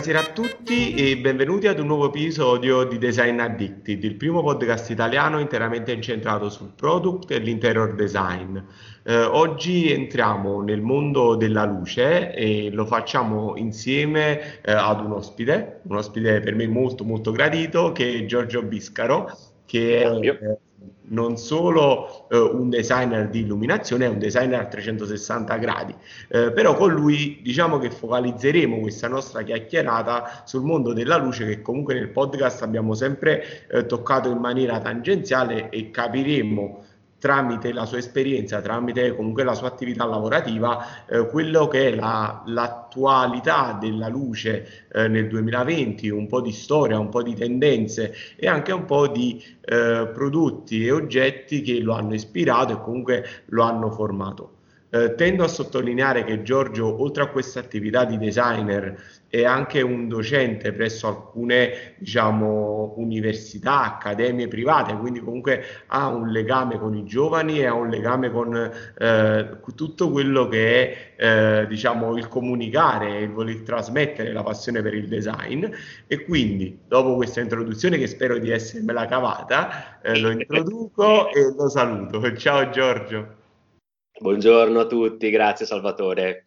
Buonasera a tutti e benvenuti ad un nuovo episodio di Design Addicted, il primo podcast italiano interamente incentrato sul product e l'interior design. Oggi entriamo nel mondo della luce e lo facciamo insieme ad un ospite per me molto molto gradito, che è Giorgio Biscaro, che è Cambio. non solo un designer di illuminazione, è un designer a 360 gradi. Però con lui diciamo che focalizzeremo questa nostra chiacchierata sul mondo della luce, che comunque nel podcast abbiamo sempre toccato in maniera tangenziale, e capiremo tramite la sua esperienza, tramite comunque la sua attività lavorativa, quello che è l'attualità della luce nel 2020, un po' di storia, un po' di tendenze e anche un po' di prodotti e oggetti che lo hanno ispirato e comunque lo hanno formato. Tendo a sottolineare che Giorgio, oltre a questa attività di designer, è anche un docente presso alcune, diciamo, università, accademie private, quindi comunque ha un legame con i giovani e ha un legame con tutto quello che è, diciamo, il comunicare, il voler trasmettere la passione per il design. E quindi, dopo questa introduzione, che spero di essermela cavata, lo introduco e lo saluto. Ciao Giorgio. Buongiorno a tutti, grazie Salvatore.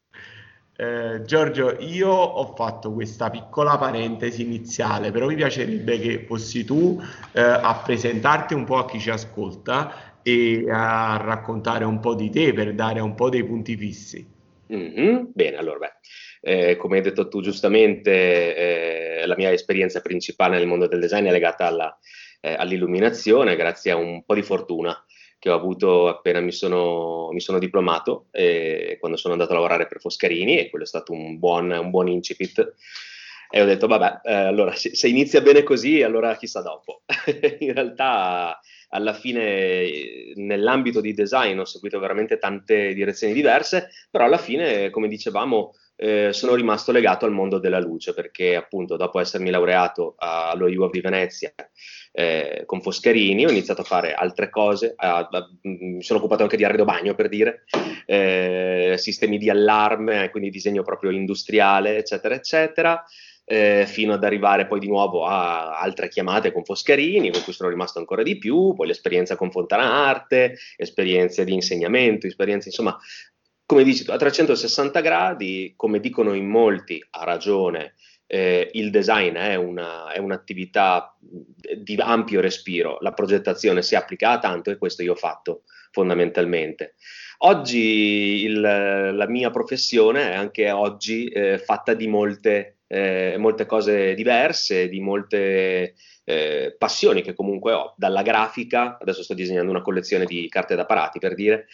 Giorgio, io ho fatto questa piccola parentesi iniziale, però mi piacerebbe che fossi tu a presentarti un po' a chi ci ascolta e a raccontare un po' di te per dare un po' dei punti fissi. Bene, allora, come hai detto tu giustamente, la mia esperienza principale nel mondo del design è legata all'illuminazione, grazie a un po' di fortuna che ho avuto appena mi sono diplomato, quando sono andato a lavorare per Foscarini, e quello è stato un buon incipit. E ho detto, vabbè, allora se inizia bene così, allora chissà dopo. In realtà, alla fine, nell'ambito di design ho seguito veramente tante direzioni diverse, però alla fine, come dicevamo, sono rimasto legato al mondo della luce, perché appunto dopo essermi laureato allo UoV di Venezia con Foscarini, ho iniziato a fare altre cose, mi sono occupato anche di arredo bagno, per dire, sistemi di allarme, quindi disegno proprio industriale, eccetera, eccetera. Fino ad arrivare poi di nuovo a altre chiamate con Foscarini, con cui sono rimasto ancora di più, poi l'esperienza con Fontana Arte, esperienze di insegnamento, esperienze, insomma, come dici tu, a 360 gradi, come dicono in molti, a ragione, il design è un'attività di ampio respiro, la progettazione si applica a tanto, e questo io ho fatto fondamentalmente. Oggi la mia professione è anche oggi fatta di molte cose diverse, di molte passioni che comunque ho, dalla grafica, adesso sto disegnando una collezione di carte da parati, per dire,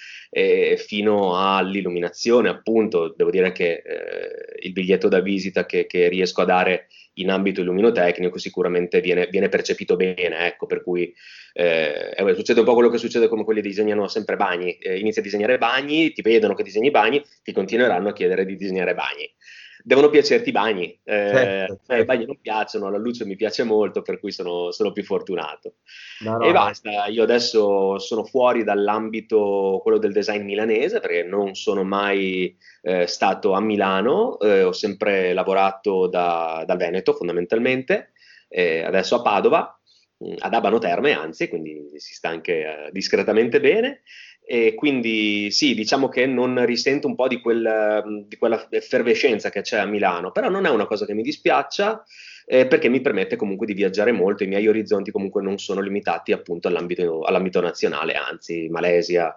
fino all'illuminazione. Appunto, devo dire che il biglietto da visita che riesco a dare in ambito illuminotecnico sicuramente viene percepito bene, ecco, per cui succede un po' quello che succede con quelli che disegnano sempre bagni. Inizi a disegnare bagni, ti vedono che disegni bagni, ti continueranno a chiedere di disegnare bagni. Devono piacerti i bagni. Certo, A me i certo. bagni non piacciono, la luce mi piace molto, per cui sono più fortunato. No, E no. basta, io adesso sono fuori dall'ambito quello del design milanese, perché non sono mai stato a Milano, ho sempre lavorato dal Veneto fondamentalmente, adesso a Padova, ad Abano Terme anzi, quindi si sta anche discretamente bene. E quindi sì, diciamo che non risento un po' di quella effervescenza che c'è a Milano, però non è una cosa che mi dispiaccia, perché mi permette comunque di viaggiare molto. I miei orizzonti comunque non sono limitati appunto all'ambito nazionale, anzi Malesia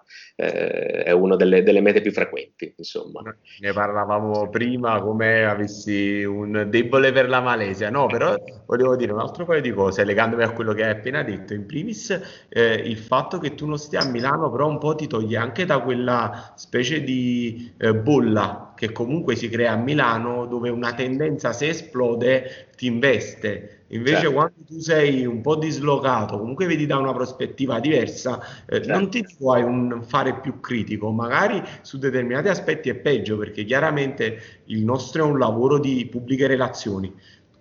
è una delle mete più frequenti, insomma. Ne parlavamo prima, come avessi un debole per la Malesia, no, però volevo dire un altro paio di cose legandomi a quello che hai appena detto. In primis, il fatto che tu non stia a Milano, però un po' ti toglie anche da quella specie di bolla che comunque si crea a Milano, dove una tendenza, se esplode, ti investe. Invece, Certo, quando tu sei un po' dislocato, comunque vedi da una prospettiva diversa, non certo. ti puoi un fare più critico, magari su determinati aspetti è peggio, perché chiaramente il nostro è un lavoro di pubbliche relazioni,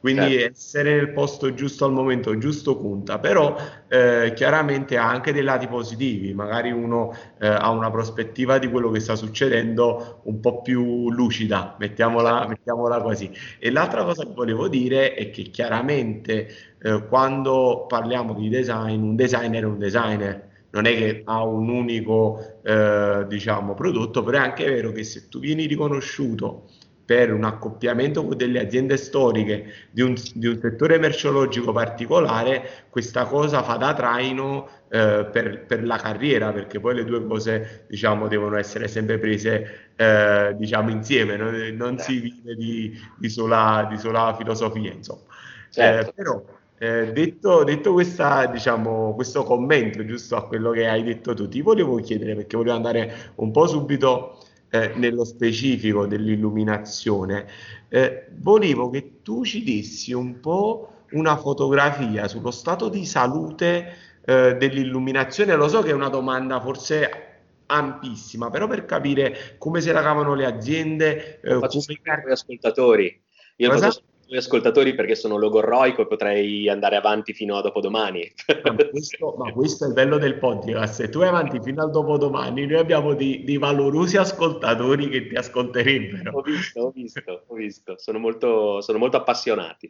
quindi certo. essere nel posto giusto al momento giusto conta, però chiaramente ha anche dei lati positivi, magari uno ha una prospettiva di quello che sta succedendo un po' più lucida, Certo. mettiamola così. E l'altra cosa che volevo dire è che chiaramente quando parliamo di design, un designer è un designer. Non è che ha un unico, diciamo, prodotto, però è anche vero che se tu vieni riconosciuto per un accoppiamento con delle aziende storiche di un settore merceologico particolare, questa cosa fa da traino per la carriera, perché poi le due cose, diciamo, devono essere sempre prese, diciamo, insieme, non si Certo. vive di sola filosofia, insomma. Certo. Però, detto diciamo, questo commento giusto a quello che hai detto tu, ti volevo chiedere, perché volevo andare un po' subito nello specifico dell'illuminazione, volevo che tu ci dessi un po' una fotografia sullo stato di salute dell'illuminazione. Lo so che è una domanda forse ampissima, però per capire come se la cavano le aziende, Lo faccio come... solo per voi ascoltatori. Io lo faccio Cosa? solo per voi ascoltatori perché sono logorroico e potrei andare avanti fino a dopodomani. Ma questo è il bello del podcast. Se tu vai avanti fino al dopodomani, noi abbiamo dei valorosi ascoltatori che ti ascolterebbero. Ho visto, sono molto appassionati.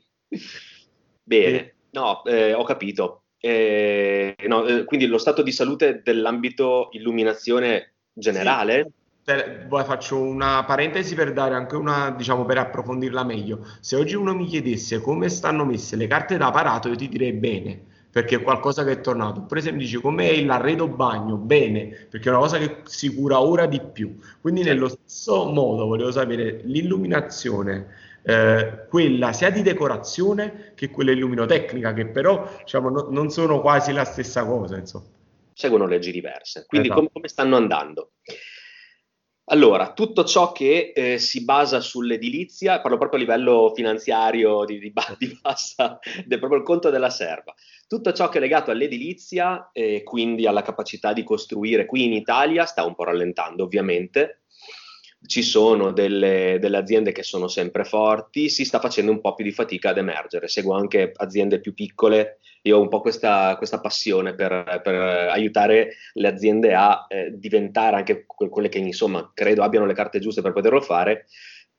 E- Bene, no, ho capito. No, quindi lo stato di salute dell'ambito illuminazione Sì, generale? poi faccio una parentesi per dare anche una, diciamo, per approfondirla meglio. Se oggi uno mi chiedesse come stanno messe le carte da apparato, io ti direi bene, perché è qualcosa che è tornato. Per esempio, dici com'è l'arredo bagno? Bene, perché è una cosa che si cura ora di più. Quindi, nello Certo. stesso modo, volevo sapere l'illuminazione, quella sia di decorazione che quella illuminotecnica, che però, diciamo, non sono quasi la stessa cosa, insomma. Seguono leggi diverse. Quindi Esatto. come stanno andando? Allora, tutto ciò che si basa sull'edilizia, parlo proprio a livello finanziario di bassa, proprio il conto della serva. Tutto ciò che è legato all'edilizia, quindi alla capacità di costruire qui in Italia, sta un po' rallentando ovviamente. Ci sono delle aziende che sono sempre forti, si sta facendo un po' più di fatica ad emergere. Seguo anche aziende più piccole. Io ho un po' questa passione per aiutare le aziende a diventare anche quelle che insomma credo abbiano le carte giuste per poterlo fare.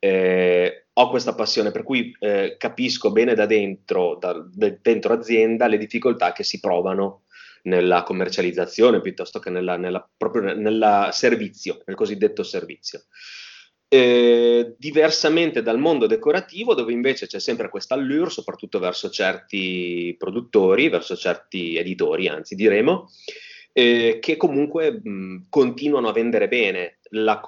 Ho questa passione per cui capisco bene da dentro, dentro azienda le difficoltà che si provano nella commercializzazione piuttosto che proprio nel servizio, nel cosiddetto servizio. Diversamente dal mondo decorativo, dove invece c'è sempre questa allure, soprattutto verso certi produttori, verso certi editori, anzi diremo, che comunque continuano a vendere bene.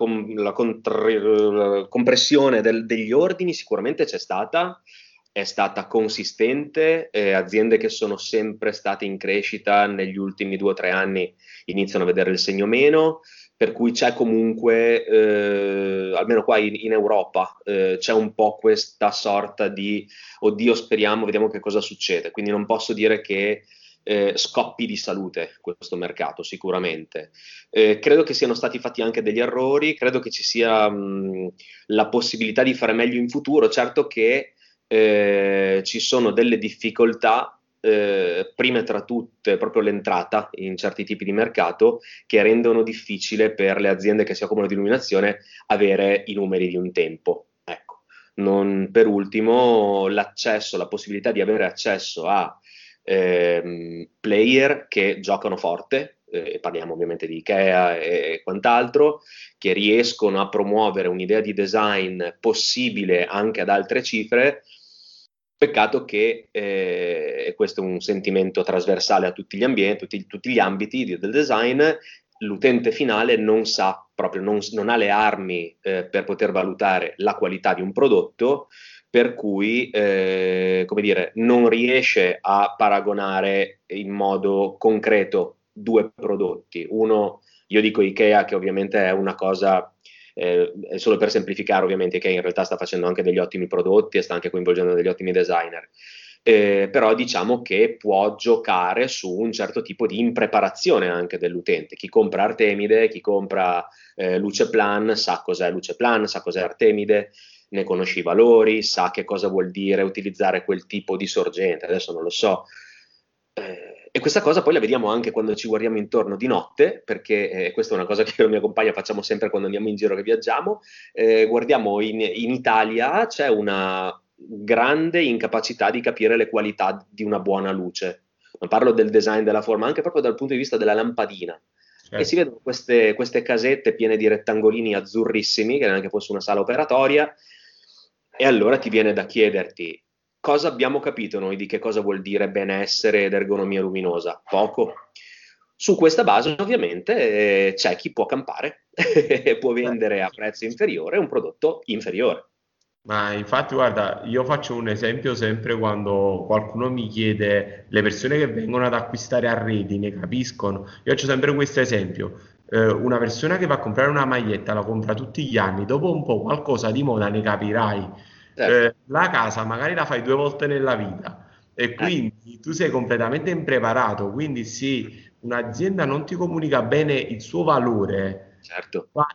La compressione degli ordini sicuramente c'è stata, è stata consistente, aziende che sono sempre state in crescita negli ultimi 2 o 3 anni iniziano a vedere il segno meno, per cui c'è comunque, almeno qua in Europa, c'è un po' questa sorta di oddio, speriamo, vediamo che cosa succede. Quindi non posso dire che scoppi di salute questo mercato, sicuramente. Credo che siano stati fatti anche degli errori, credo che ci sia la possibilità di fare meglio in futuro. Certo che ci sono delle difficoltà, prime tra tutte proprio l'entrata in certi tipi di mercato che rendono difficile per le aziende che si occupano di illuminazione avere i numeri di un tempo. Ecco. Non per ultimo l'accesso, la possibilità di avere accesso a player che giocano forte, parliamo ovviamente di Ikea e quant'altro, che riescono a promuovere un'idea di design possibile anche ad altre cifre. Peccato che, e questo è un sentimento trasversale a tutti gli ambienti, tutti gli ambiti del design, l'utente finale non sa proprio, non ha le armi per poter valutare la qualità di un prodotto, per cui, come dire, non riesce a paragonare in modo concreto due prodotti. Uno, io dico Ikea, che ovviamente è una cosa solo per semplificare ovviamente, che in realtà sta facendo anche degli ottimi prodotti e sta anche coinvolgendo degli ottimi designer, però diciamo che può giocare su un certo tipo di impreparazione anche dell'utente. Chi compra Artemide, chi compra Luce Plan sa cos'è Luce Plan, sa cos'è Artemide, ne conosce i valori, sa che cosa vuol dire utilizzare quel tipo di sorgente, adesso non lo so. E questa cosa poi la vediamo anche quando ci guardiamo intorno di notte, perché questa è una cosa che io e la mia compagna facciamo sempre quando andiamo in giro che viaggiamo. Guardiamo in Italia c'è una grande incapacità di capire le qualità di una buona luce. Non parlo del design della forma, anche proprio dal punto di vista della lampadina. E si certo. vedono queste casette piene di rettangolini azzurrissimi, che neanche fosse una sala operatoria, e allora ti viene da chiederti cosa abbiamo capito noi di che cosa vuol dire benessere ed ergonomia luminosa? Poco. Su questa base, ovviamente, c'è chi può campare e può vendere a prezzo inferiore un prodotto inferiore. Ma infatti, guarda, io faccio un esempio sempre quando qualcuno mi chiede, le persone che vengono ad acquistare a reti ne capiscono. Io faccio sempre questo esempio. Una persona che va a comprare una maglietta, la compra tutti gli anni, dopo un po' qualcosa di moda ne capirai. Certo, La casa magari la fai 2 volte nella vita e eh, quindi tu sei completamente impreparato. Quindi se un'azienda non ti comunica bene il suo valore, certo. ma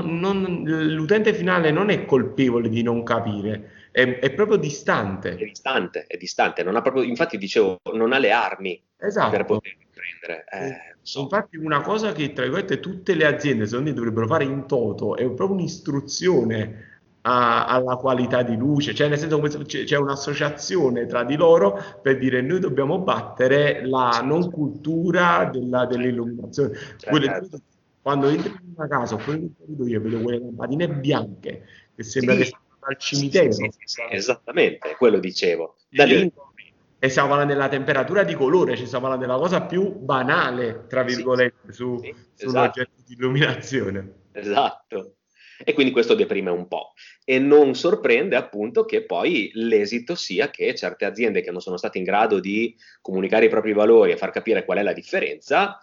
l'utente finale non è colpevole di non capire, è proprio distante. È distante, non ha proprio, infatti dicevo, non ha le armi per Esatto. poter prendere, E- non e so. infatti una cosa che tra virgolette tutte le aziende secondo me dovrebbero fare in toto è proprio un'istruzione alla qualità di luce, cioè nel senso c'è un'associazione tra di loro per dire noi dobbiamo battere la non cultura Certo, dell'illuminazione. certo. Quando entri in una casa oppure in un corridoio e vedo quelle lampadine bianche che sembra che Sì, stanno al sì, cimitero. sì, esattamente, quello dicevo. Da Io- lì, E stiamo parlando della temperatura di colore, ci stiamo parlando della cosa più banale, tra sì, virgolette, sì, su un esatto. oggetto di illuminazione. Esatto. E quindi questo deprime un po'. E non sorprende appunto che poi l'esito sia che certe aziende che non sono state in grado di comunicare i propri valori e far capire qual è la differenza,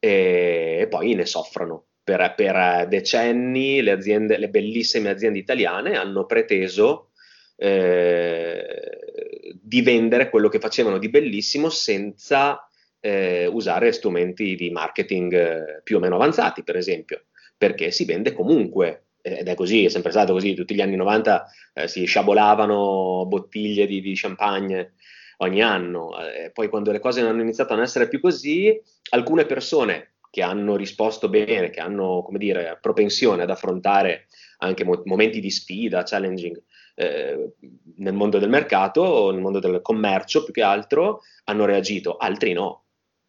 poi ne soffrono. Per decenni le bellissime aziende italiane hanno preteso di vendere quello che facevano di bellissimo senza usare strumenti di marketing più o meno avanzati, per esempio, perché si vende comunque, ed è così, è sempre stato così, tutti gli anni 90 si sciabolavano bottiglie di champagne ogni anno, poi quando le cose hanno iniziato a non essere più così, alcune persone che hanno risposto bene, che hanno, come dire, propensione ad affrontare anche momenti di sfida, challenging, eh, nel mondo del mercato, nel mondo del commercio più che altro, hanno reagito, altri no.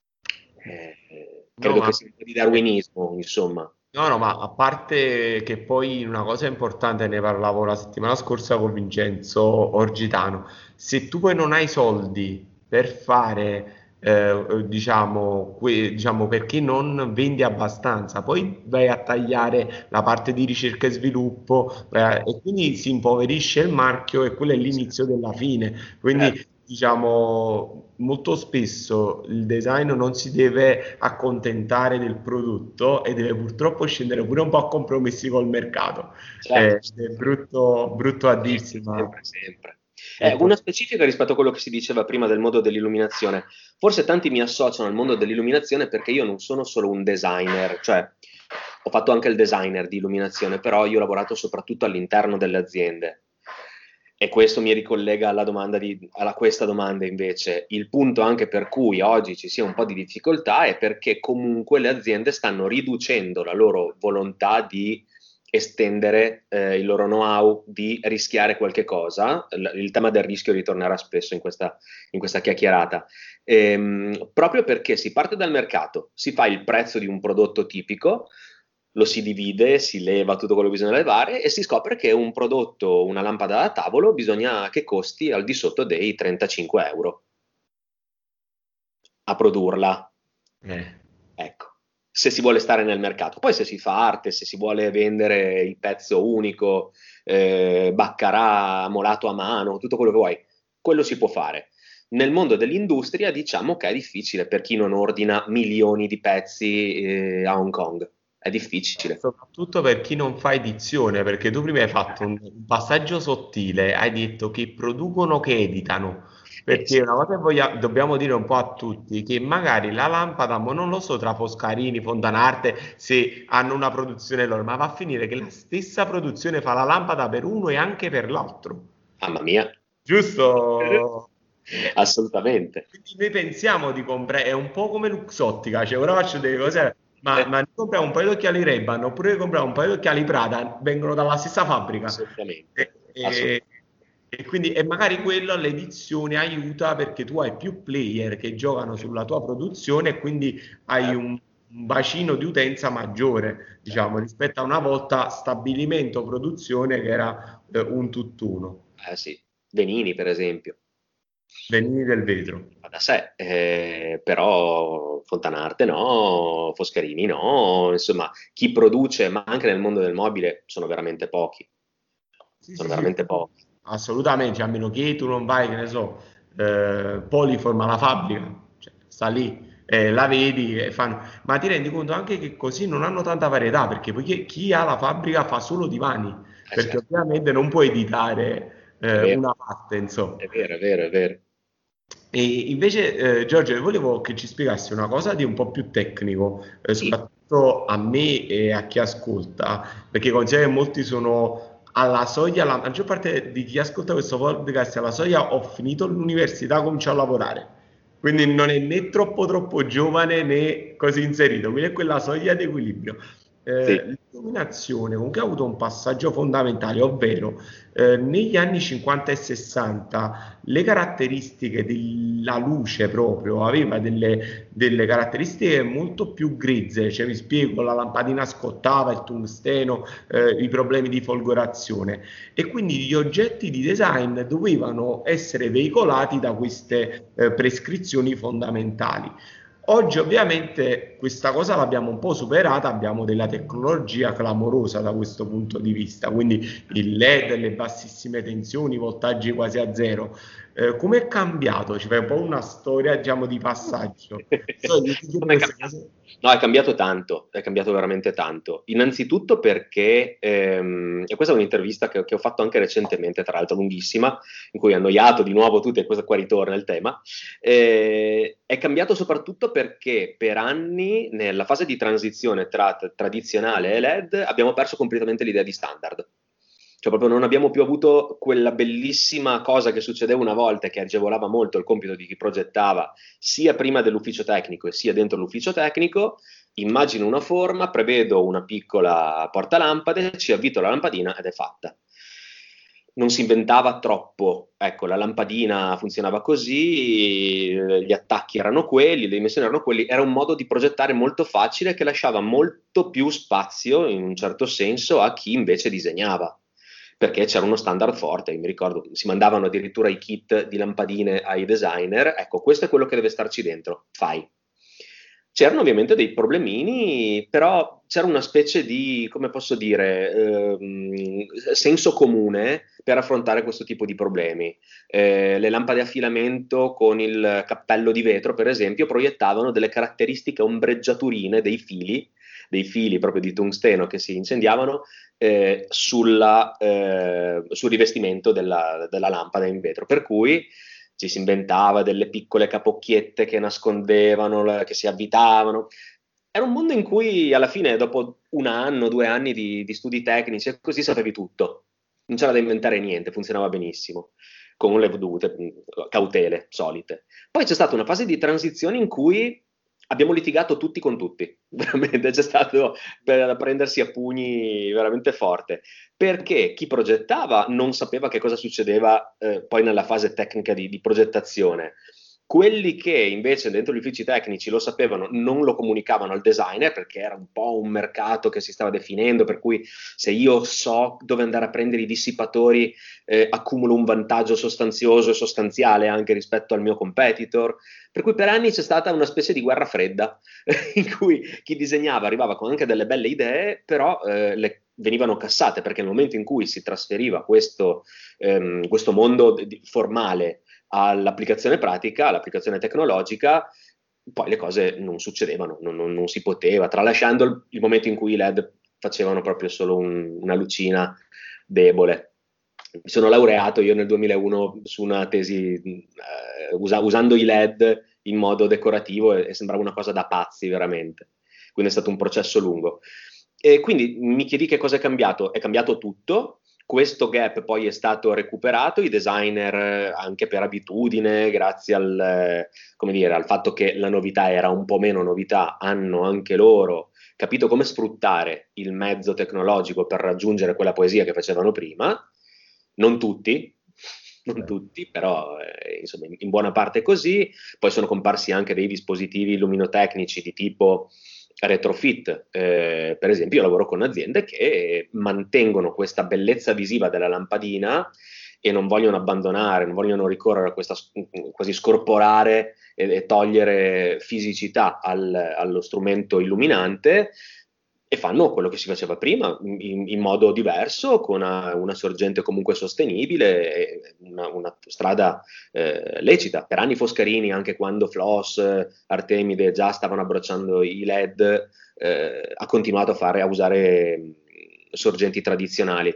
No, Credo ma che sia un po' di darwinismo, insomma. No, no, ma a parte che poi una cosa importante, ne parlavo la settimana scorsa con Vincenzo Orgitano, se tu poi non hai soldi per fare, diciamo, perché non vendi abbastanza, poi vai a tagliare la parte di ricerca e sviluppo, e quindi si impoverisce il marchio e quello è l'inizio della fine. Certo, Quindi diciamo, molto spesso il design non si deve accontentare del prodotto e deve purtroppo scendere pure un po' a compromessi col mercato. certo. È brutto, brutto a dirsi, Sempre, ma sempre, sempre. è Una così. specifica rispetto a quello che si diceva prima del mondo dell'illuminazione. Forse tanti mi associano al mondo dell'illuminazione perché io non sono solo un designer, cioè ho fatto anche il designer di illuminazione, però io ho lavorato soprattutto all'interno delle aziende. E questo mi ricollega alla questa domanda invece. Il punto anche per cui oggi ci sia un po' di difficoltà è perché comunque le aziende stanno riducendo la loro volontà di estendere il loro know-how, di rischiare qualche cosa. Il tema del rischio ritornerà spesso in questa chiacchierata. Proprio perché si parte dal mercato, si fa il prezzo di un prodotto tipico, lo si divide, si leva tutto quello che bisogna levare e si scopre che un prodotto, una lampada da tavolo, bisogna che costi al di sotto dei 35 euro a produrla. Eh, Ecco, se si vuole stare nel mercato. Poi se si fa arte, se si vuole vendere il pezzo unico, baccarà molato a mano, tutto quello che vuoi, quello si può fare. Nel mondo dell'industria diciamo che è difficile per chi non ordina milioni di pezzi a Hong Kong. È difficile. Soprattutto per chi non fa edizione, perché tu prima hai fatto un passaggio sottile, hai detto che producono, che editano. Perché una cosa che dobbiamo dire un po' a tutti, che magari la lampada, mo non lo so, tra Foscarini, Fontanarte, se hanno una produzione loro, ma va a finire che la stessa produzione fa la lampada per uno e anche per l'altro. Mamma mia. Giusto? Assolutamente. Quindi noi pensiamo di comprare, è un po' come Luxottica, cioè ora faccio delle cose, ma noi compriamo un paio di occhiali Ray-Ban oppure compriamo un paio di occhiali Prada, vengono dalla stessa fabbrica. Assolutamente. E, e- e quindi, e magari quello l'edizione aiuta perché tu hai più player che giocano sulla tua produzione e quindi hai un bacino di utenza maggiore, diciamo, rispetto a una volta stabilimento produzione che era un tutt'uno. Sì. Venini, per esempio. Venini del vetro. Va da sé, però Fontanarte no, Foscherini no, insomma, chi produce, ma anche nel mondo del mobile, sono veramente pochi. Sì, Sono sì, sì, veramente pochi. assolutamente, a meno che tu non vai, che ne so, Poliform alla fabbrica, cioè, sta lì, la vedi e fanno... Ma ti rendi conto anche che così non hanno tanta varietà, perché poi chi ha la fabbrica fa solo divani, perché Certo, ovviamente non puoi editare è vero, una parte, insomma. è vero, è vero, è vero. E invece, Giorgio, volevo che ci spiegassi una cosa di un po' più tecnico, Sì, soprattutto a me e a chi ascolta, perché considero che molti sono alla soglia, la maggior parte di chi ascolta questo podcast è alla soglia, ho finito l'università, comincio a lavorare. Quindi non è né troppo giovane né così inserito, quindi è quella soglia di equilibrio. sì. L'illuminazione comunque ha avuto un passaggio fondamentale, ovvero negli anni 50 e 60 le caratteristiche della luce proprio aveva delle caratteristiche molto più grezze, cioè mi spiego, la lampadina scottava, il tungsteno, i problemi di folgorazione e quindi gli oggetti di design dovevano essere veicolati da queste prescrizioni fondamentali. Oggi ovviamente questa cosa l'abbiamo un po' superata, abbiamo della tecnologia clamorosa da questo punto di vista, quindi il LED, le bassissime tensioni, voltaggi quasi a zero. Come è cambiato? Ci fai un po' una storia, diciamo, di passaggio. So, io ti chiedo Come è queste cambiato? cose. No, è cambiato tanto, è cambiato veramente tanto. Innanzitutto perché, e questa è un'intervista che ho fatto anche recentemente, tra l'altro lunghissima, in cui ho annoiato di nuovo tutti, e questo qua ritorna il tema. È cambiato soprattutto perché per anni, nella fase di transizione tra tradizionale e LED, abbiamo perso completamente l'idea di standard. Cioè proprio non abbiamo più avuto quella bellissima cosa che succedeva una volta e che agevolava molto il compito di chi progettava sia prima dell'ufficio tecnico e sia dentro l'ufficio tecnico. Immagino una forma, prevedo una piccola portalampade, ci avvito la lampadina ed è fatta. Non si inventava troppo, ecco, la lampadina funzionava così, gli attacchi erano quelli, le dimensioni erano quelli, era un modo di progettare molto facile che lasciava molto più spazio, in un certo senso, a chi invece disegnava, perché c'era uno standard forte. Io mi ricordo, si mandavano addirittura i kit di lampadine ai designer, ecco, questo è quello che deve starci dentro, fai. C'erano ovviamente dei problemini, però c'era una specie di, come posso dire, senso comune per affrontare questo tipo di problemi. Le lampade a filamento con il cappello di vetro, per esempio, proiettavano delle caratteristiche ombreggiaturine dei fili proprio di tungsteno che si incendiavano sul rivestimento della lampada in vetro. Per cui ci si inventava delle piccole capocchiette che nascondevano, che si avvitavano. Era un mondo in cui alla fine, dopo un anno, 2 anni di studi tecnici, e così sapevi tutto. Non c'era da inventare niente, funzionava benissimo, con le dovute cautele solite. Poi c'è stata una fase di transizione in cui abbiamo litigato tutti con tutti, veramente c'è stato per prendersi a pugni veramente forte, perché chi progettava non sapeva che cosa succedeva poi nella fase tecnica di progettazione. Quelli che invece dentro gli uffici tecnici lo sapevano non lo comunicavano al designer perché era un po' un mercato che si stava definendo, per cui se io so dove andare a prendere i dissipatori accumulo un vantaggio sostanzioso e sostanziale anche rispetto al mio competitor. Per cui per anni c'è stata una specie di guerra fredda in cui chi disegnava arrivava con anche delle belle idee, però venivano cassate perché nel momento in cui si trasferiva questo mondo formale all'applicazione pratica, all'applicazione tecnologica, poi le cose non succedevano, non si poteva, tralasciando il momento in cui i LED facevano proprio solo una lucina debole. Mi sono laureato io nel 2001 su una tesi usando i LED in modo decorativo e sembrava una cosa da pazzi veramente. Quindi è stato un processo lungo. E quindi mi chiedi che cosa è cambiato? È cambiato tutto. Questo gap poi è stato recuperato, i designer anche per abitudine, grazie come dire, al fatto che la novità era un po' meno novità, hanno anche loro capito come sfruttare il mezzo tecnologico per raggiungere quella poesia che facevano prima. Non tutti, non tutti, però insomma in buona parte è così. Poi sono comparsi anche dei dispositivi luminotecnici di tipo retrofit. Per esempio, io lavoro con aziende che mantengono questa bellezza visiva della lampadina e non vogliono abbandonare, non vogliono ricorrere a questa quasi scorporare e togliere fisicità allo strumento illuminante, e fanno quello che si faceva prima in modo diverso, con una sorgente comunque sostenibile, e una strada lecita. Per anni Foscarini, anche quando Floss, Artemide già stavano abbracciando i LED, ha continuato a usare sorgenti tradizionali.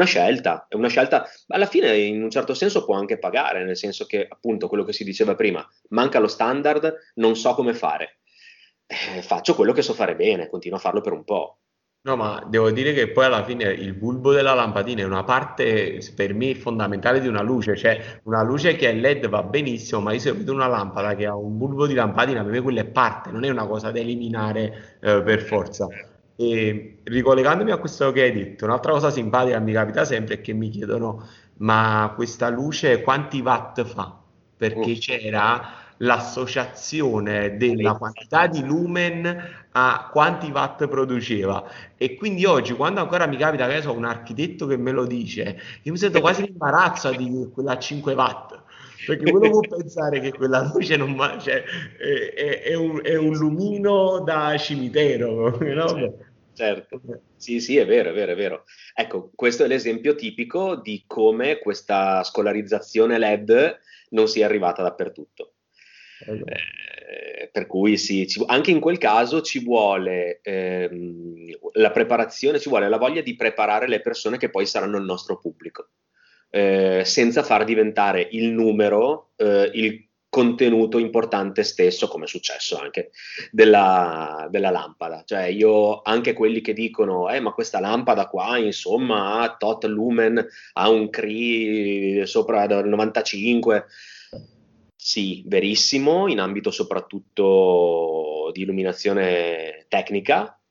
È una scelta, alla fine in un certo senso può anche pagare, nel senso che appunto quello che si diceva prima, manca lo standard, non so come fare. Faccio quello che so fare bene, continuo a farlo per un po'. No, ma devo dire che poi alla fine il bulbo della lampadina è una parte per me fondamentale di una luce, cioè una luce che è LED va benissimo, ma io se vedo una lampada che ha un bulbo di lampadina, per me quella è parte, non è una cosa da eliminare per forza. E ricollegandomi a questo che hai detto, un'altra cosa simpatica che mi capita sempre è che mi chiedono, ma questa luce quanti watt fa? Mm. Perché c'era l'associazione della quantità di lumen a quanti watt produceva. E quindi oggi, quando ancora mi capita che so un architetto che me lo dice, io mi sento quasi in imbarazzo a dire quella a 5 watt. Perché uno può pensare che quella luce non cioè, è un lumino da cimitero, no? Certo, certo. Sì, sì, è vero, è vero, è vero. Ecco, questo è l'esempio tipico di come questa scolarizzazione LED non sia arrivata dappertutto. Esatto. Per cui sì, anche in quel caso ci vuole la preparazione, ci vuole la voglia di preparare le persone che poi saranno il nostro pubblico, senza far diventare il numero, il contenuto importante stesso, come è successo anche della lampada. Cioè io, anche quelli che dicono, ma questa lampada qua, insomma, ha tot lumen, ha un CRI sopra il 95. Sì, verissimo, in ambito soprattutto di illuminazione tecnica.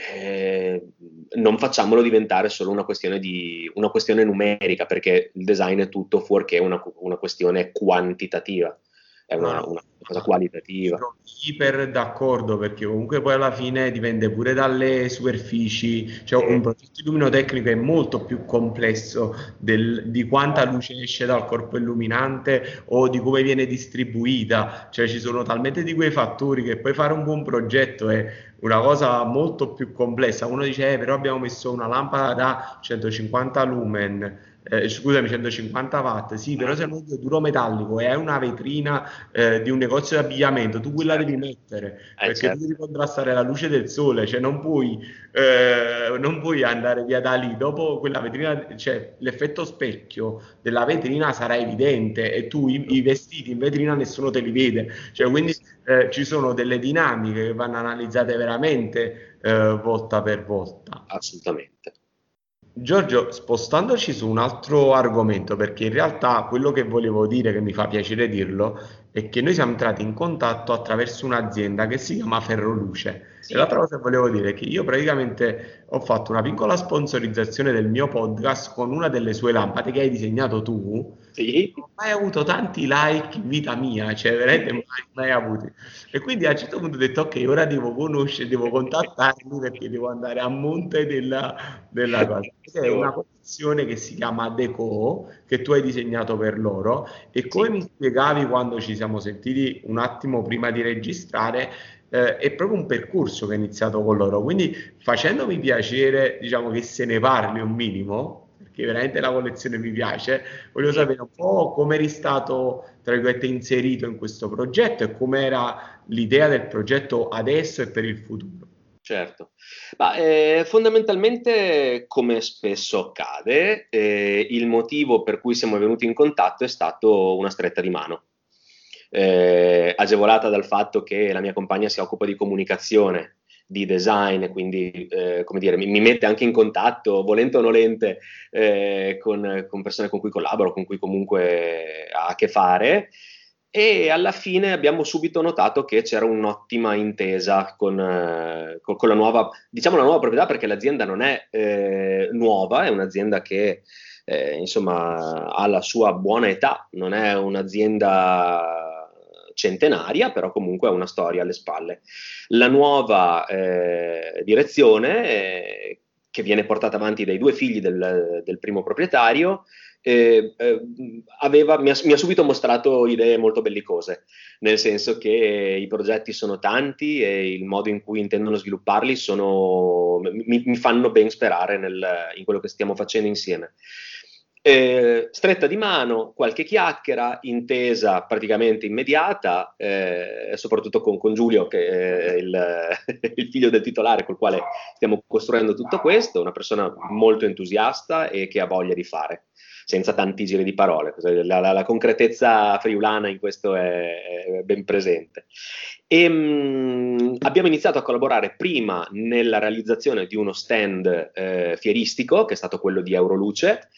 Non facciamolo diventare solo una questione numerica, perché il design è tutto fuorché una questione quantitativa, è No, no, una cosa qualitativa. sono iper d'accordo perché comunque poi alla fine dipende pure dalle superfici, cioè un progetto illuminotecnico è molto più complesso di quanta luce esce dal corpo illuminante o di come viene distribuita, cioè ci sono talmente di quei fattori che poi fare un buon progetto è una cosa molto più complessa. Uno dice, però abbiamo messo una lampada da 150 lumen. Scusami, 150 watt, sì, però se non è duro metallico e hai una vetrina di un negozio di abbigliamento, tu quella devi Certo, mettere perché tu certo. devi contrastare la luce del sole, cioè non puoi andare via da lì. Dopo quella vetrina, cioè l'effetto specchio della vetrina sarà evidente e tu i vestiti in vetrina nessuno te li vede. Cioè, quindi ci sono delle dinamiche che vanno analizzate veramente volta per volta. Assolutamente. Giorgio, spostandoci su un altro argomento, perché in realtà quello che volevo dire, che mi fa piacere dirlo, è che noi siamo entrati in contatto attraverso un'azienda che si chiama Ferroluce. E Sì, l'altra cosa che volevo dire è che io praticamente ho fatto una piccola sponsorizzazione del mio podcast con una delle sue lampade che hai disegnato tu. sì. Non ho mai avuto tanti like in vita mia, cioè veramente mai avuti. E quindi a un certo punto ho detto, ok, ora devo conoscere, devo contattarli perché devo andare a monte della cosa. Ed è una Attenzione. collezione che si chiama Deco, che tu hai disegnato per loro. E come Sì. mi spiegavi quando ci siamo sentiti un attimo prima di registrare, è proprio un percorso che è iniziato con loro. Quindi facendomi piacere, diciamo che se ne parli un minimo, perché veramente la collezione mi piace, voglio Sì. sapere un po' come eri stato, tra virgolette, inserito in questo progetto e com'era l'idea del progetto adesso e per il futuro. certo. Ma fondamentalmente, come spesso accade, il motivo per cui siamo venuti in contatto è stato una stretta di mano, agevolata dal fatto che la mia compagna si occupa di comunicazione, di design, quindi come dire, mi mette anche in contatto, volente o nolente, con persone con cui collaboro, con cui comunque ha a che fare. E alla fine abbiamo subito notato che c'era un'ottima intesa con la nuova, diciamo la nuova proprietà, perché l'azienda non è nuova, è un'azienda che insomma ha la sua buona età, non è un'azienda centenaria, però comunque ha una storia alle spalle. La nuova direzione, che viene portata avanti dai due figli del primo proprietario, mi ha subito mostrato idee molto bellicose, nel senso che i progetti sono tanti e il modo in cui intendono svilupparli mi fanno ben sperare in quello che stiamo facendo insieme. Stretta di mano, qualche chiacchiera, intesa praticamente immediata, soprattutto con Giulio, che è il figlio del titolare col quale stiamo costruendo tutto questo, una persona molto entusiasta e che ha voglia di fare, senza tanti giri di parole. La concretezza friulana in questo è ben presente. Abbiamo iniziato a collaborare prima nella realizzazione di uno stand fieristico, che è stato quello di Euroluce.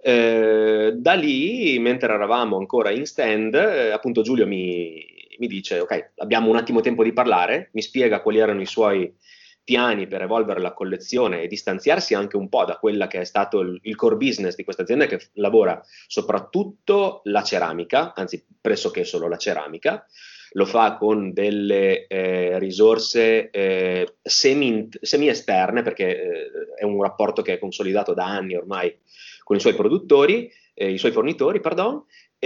Da lì, mentre eravamo ancora in stand, appunto Giulio mi dice: ok, abbiamo un attimo tempo di parlare, mi spiega quali erano i suoi piani per evolvere la collezione e distanziarsi anche un po' da quella che è stato il core business di questa azienda, che lavora soprattutto la ceramica, anzi pressoché solo la ceramica. Lo fa con delle risorse semi-esterne, perché è un rapporto che è consolidato da anni ormai con i suoi produttori, i suoi fornitori, pardon,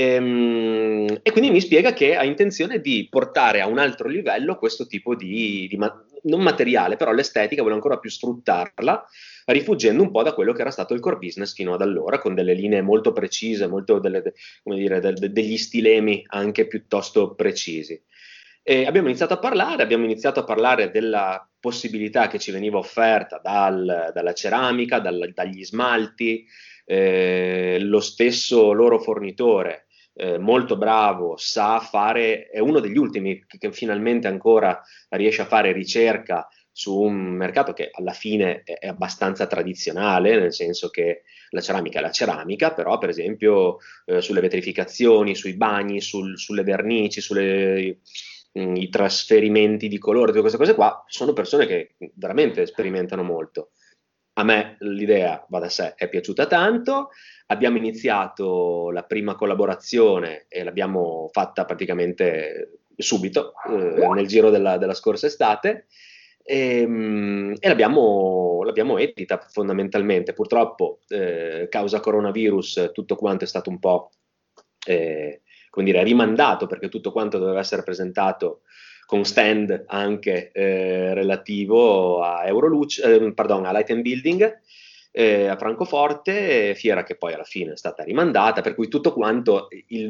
e quindi mi spiega che ha intenzione di portare a un altro livello questo tipo non materiale, però l'estetica vuole ancora più sfruttarla, rifuggendo un po' da quello che era stato il core business fino ad allora, con delle linee molto precise, molto degli stilemi anche piuttosto precisi. E abbiamo iniziato a parlare della possibilità che ci veniva offerta dalla ceramica, dagli smalti. Lo stesso loro fornitore, molto bravo, sa fare, è uno degli ultimi che finalmente ancora riesce a fare ricerca su un mercato che alla fine è abbastanza tradizionale, nel senso che la ceramica è la ceramica, però per esempio sulle vetrificazioni, sui bagni, sulle vernici, i trasferimenti di colore, tutte queste cose qua, sono persone che veramente sperimentano molto. A me l'idea, va da sé, è piaciuta tanto. Abbiamo iniziato la prima collaborazione e l'abbiamo fatta praticamente subito, nel giro della scorsa estate, e l'abbiamo edita fondamentalmente. Purtroppo, causa coronavirus, tutto quanto è stato un po' come dire, rimandato, perché tutto quanto doveva essere presentato con stand anche relativo a Euroluce, pardon, a Light and Building a Francoforte, fiera che poi alla fine è stata rimandata, per cui tutto quanto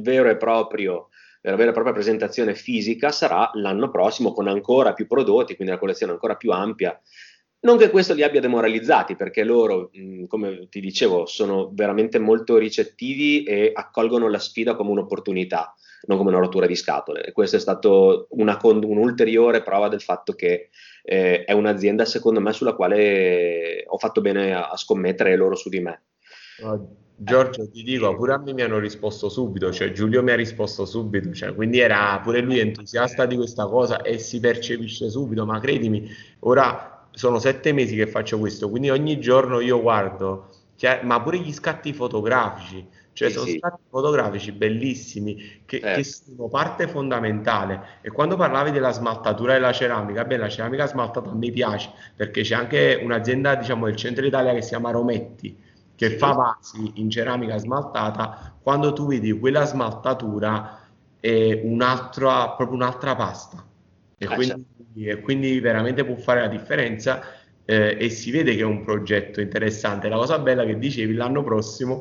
la vera e propria presentazione fisica sarà l'anno prossimo, con ancora più prodotti, quindi una collezione ancora più ampia. Non che questo li abbia demoralizzati, perché loro, come ti dicevo, sono veramente molto ricettivi e accolgono la sfida come un'opportunità, non come una rottura di scatole. E questa è stata un'ulteriore prova del fatto che è un'azienda, secondo me, sulla quale ho fatto bene a scommettere loro su di me. Giorgio, ti dico, pure a me mi hanno risposto subito, cioè Giulio mi ha risposto subito, cioè, quindi era pure lui entusiasta di questa cosa e si percepisce subito, ma credimi, ora sono 7 mesi che faccio questo, quindi ogni giorno io guardo, ma pure gli scatti fotografici, cioè Sì, sono sì, scatti fotografici bellissimi che sono parte fondamentale. E quando parlavi della smaltatura della ceramica, beh, la ceramica smaltata a me piace perché c'è anche un'azienda, diciamo, del centro Italia che si chiama Rometti, che fa sì, vasi in ceramica smaltata. Quando tu vedi quella smaltatura è proprio un'altra pasta certo. e quindi veramente può fare la differenza, e si vede che è un progetto interessante. La cosa bella che dicevi, l'anno prossimo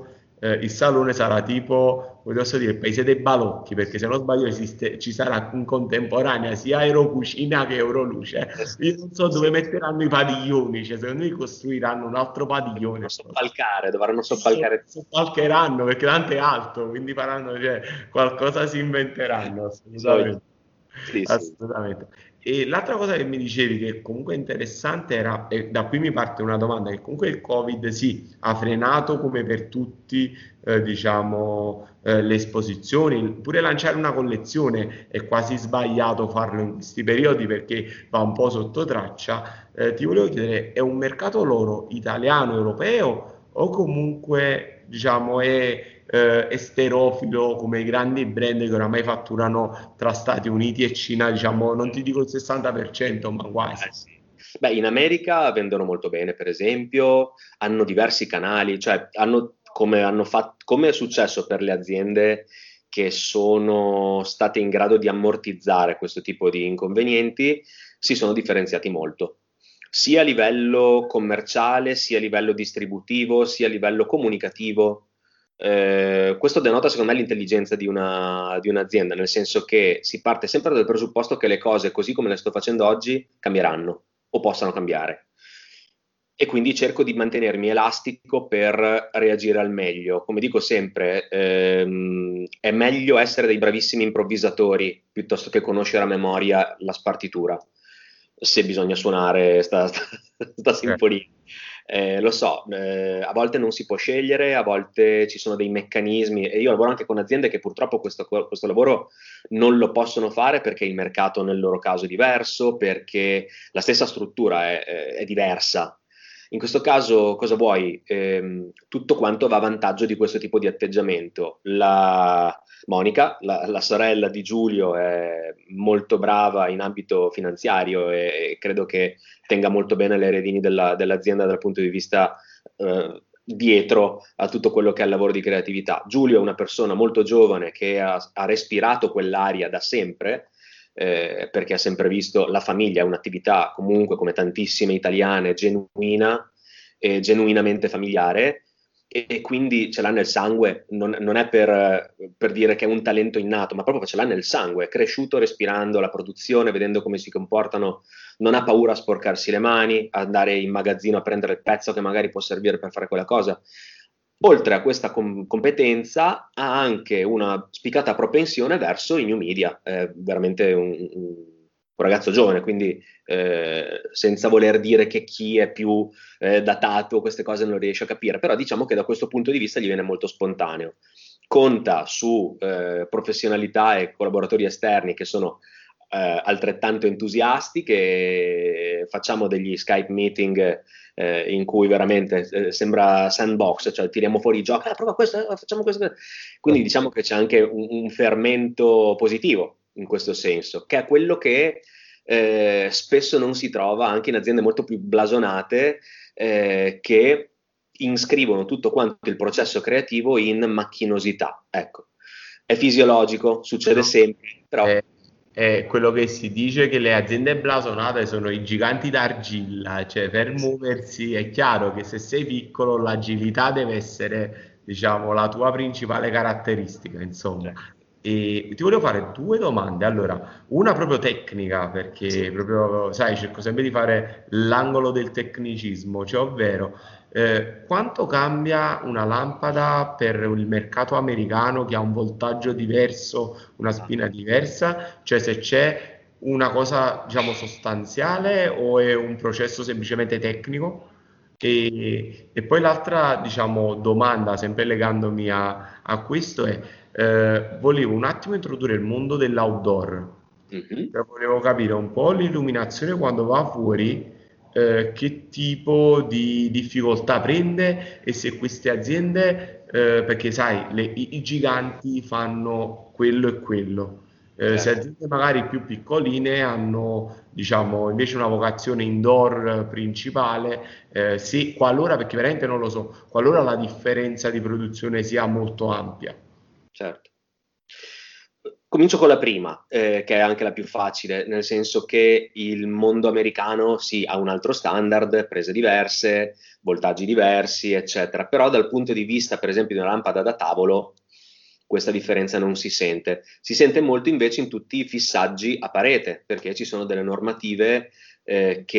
il salone sarà tipo, come posso dire, il paese dei balocchi, perché se non sbaglio ci sarà in contemporanea sia Aerocucina che Euroluce. Sì, Io non so sì. dove metteranno i padiglioni, cioè secondo me costruiranno un altro Dovranno padiglione. soppalcare, dovranno soppalcare. Soppalcheranno perché tanto è alto, quindi faranno, cioè, qualcosa si inventeranno, Bisogna. assolutamente. Sì, sì. Assolutamente. E l'altra cosa che mi dicevi che comunque è interessante era, e da qui mi parte una domanda, che comunque il Covid sì, ha frenato come per tutti, diciamo, le esposizioni, pure lanciare una collezione è quasi sbagliato farlo in questi periodi perché va un po' sotto traccia. Ti volevo chiedere, è un mercato loro italiano, europeo o comunque, diciamo, è esterofilo come i grandi brand che oramai fatturano tra Stati Uniti e Cina, diciamo, non ti dico il 60%, ma quasi. Sì. Beh, in America vendono molto bene, per esempio, hanno diversi canali, cioè come è successo per le aziende che sono state in grado di ammortizzare questo tipo di inconvenienti, si sono differenziati molto, sia a livello commerciale, sia a livello distributivo, sia a livello comunicativo. Questo denota secondo me l'intelligenza di un'azienda, nel senso che si parte sempre dal presupposto che le cose, così come le sto facendo oggi, cambieranno o possano cambiare. E quindi cerco di mantenermi elastico per reagire al meglio. Come dico sempre, è meglio essere dei bravissimi improvvisatori piuttosto che conoscere a memoria la spartitura, se bisogna suonare sta sinfonia. Lo so, a volte non si può scegliere, a volte ci sono dei meccanismi e io lavoro anche con aziende che purtroppo questo lavoro non lo possono fare perché il mercato nel loro caso è diverso, perché la stessa struttura è diversa. In questo caso, cosa vuoi? Tutto quanto va a vantaggio di questo tipo di atteggiamento. La Monica, la sorella di Giulio, è molto brava in ambito finanziario e credo che tenga molto bene le redini dell'azienda dal punto di vista dietro a tutto quello che è il lavoro di creatività. Giulio è una persona molto giovane che ha respirato quell'aria da sempre, perché ha sempre visto la famiglia, è un'attività comunque come tantissime italiane genuina e genuinamente familiare e quindi ce l'ha nel sangue, non è per dire che è un talento innato, ma proprio ce l'ha nel sangue, è cresciuto respirando la produzione, vedendo come si comportano, non ha paura a sporcarsi le mani, a andare in magazzino a prendere il pezzo che magari può servire per fare quella cosa. Oltre a questa competenza, ha anche una spiccata propensione verso i new media, è veramente un ragazzo giovane, quindi senza voler dire che chi è più datato, queste cose non riesce a capire, però diciamo che da questo punto di vista gli viene molto spontaneo. Conta su professionalità e collaboratori esterni che sono altrettanto entusiasti, che facciamo degli Skype meeting in cui veramente sembra sandbox, cioè tiriamo fuori i giochi, prova questo, facciamo questo. Quindi diciamo che c'è anche un fermento positivo in questo senso, che è quello che spesso non si trova anche in aziende molto più blasonate che inscrivono tutto quanto il processo creativo in macchinosità. Ecco, è fisiologico, succede sempre, però È quello che si dice che le aziende blasonate sono i giganti d'argilla, cioè per muoversi è chiaro che se sei piccolo l'agilità deve essere, diciamo, la tua principale caratteristica, insomma. certo. E ti volevo fare due domande. Allora, una proprio tecnica, Sì. perché proprio, sai, cerco sempre di fare l'angolo del tecnicismo, cioè ovvero quanto cambia una lampada per il mercato americano che ha un voltaggio diverso, una spina diversa? Cioè se c'è una cosa, diciamo, sostanziale o è un processo semplicemente tecnico? E poi l'altra, diciamo, domanda, sempre legandomi a questo, è volevo un attimo introdurre il mondo dell'outdoor. Mhm. Cioè, volevo capire un po' l'illuminazione quando va fuori, che tipo di difficoltà prende e se queste aziende, perché sai, i giganti fanno quello e quello. Se Certo. aziende magari più piccoline hanno, diciamo, invece una vocazione indoor principale, se qualora, perché veramente non lo so, qualora la differenza di produzione sia molto ampia. Certo. Comincio con la prima, che è anche la più facile, nel senso che il mondo americano sì, ha un altro standard, prese diverse, voltaggi diversi, eccetera, però dal punto di vista, per esempio, di una lampada da tavolo, questa differenza non si sente. Si sente molto invece in tutti i fissaggi a parete, perché ci sono delle normative che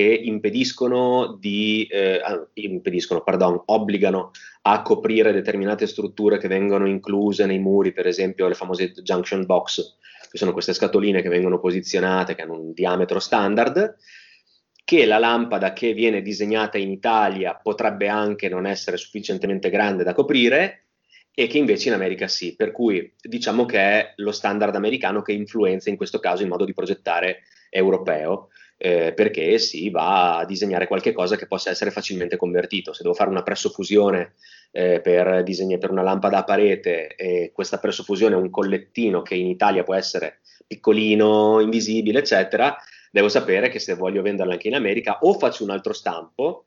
obbligano a coprire determinate strutture che vengono incluse nei muri, per esempio le famose junction box, che sono queste scatoline che vengono posizionate, che hanno un diametro standard, che la lampada che viene disegnata in Italia potrebbe anche non essere sufficientemente grande da coprire, e che invece in America sì, per cui diciamo che è lo standard americano che influenza in questo caso il modo di progettare europeo, perché si va a disegnare qualche cosa che possa essere facilmente convertito. Se devo fare una pressofusione per una lampada a parete, e questa pressofusione è un collettino che in Italia può essere piccolino, invisibile, eccetera, devo sapere che se voglio venderla anche in America o faccio un altro stampo,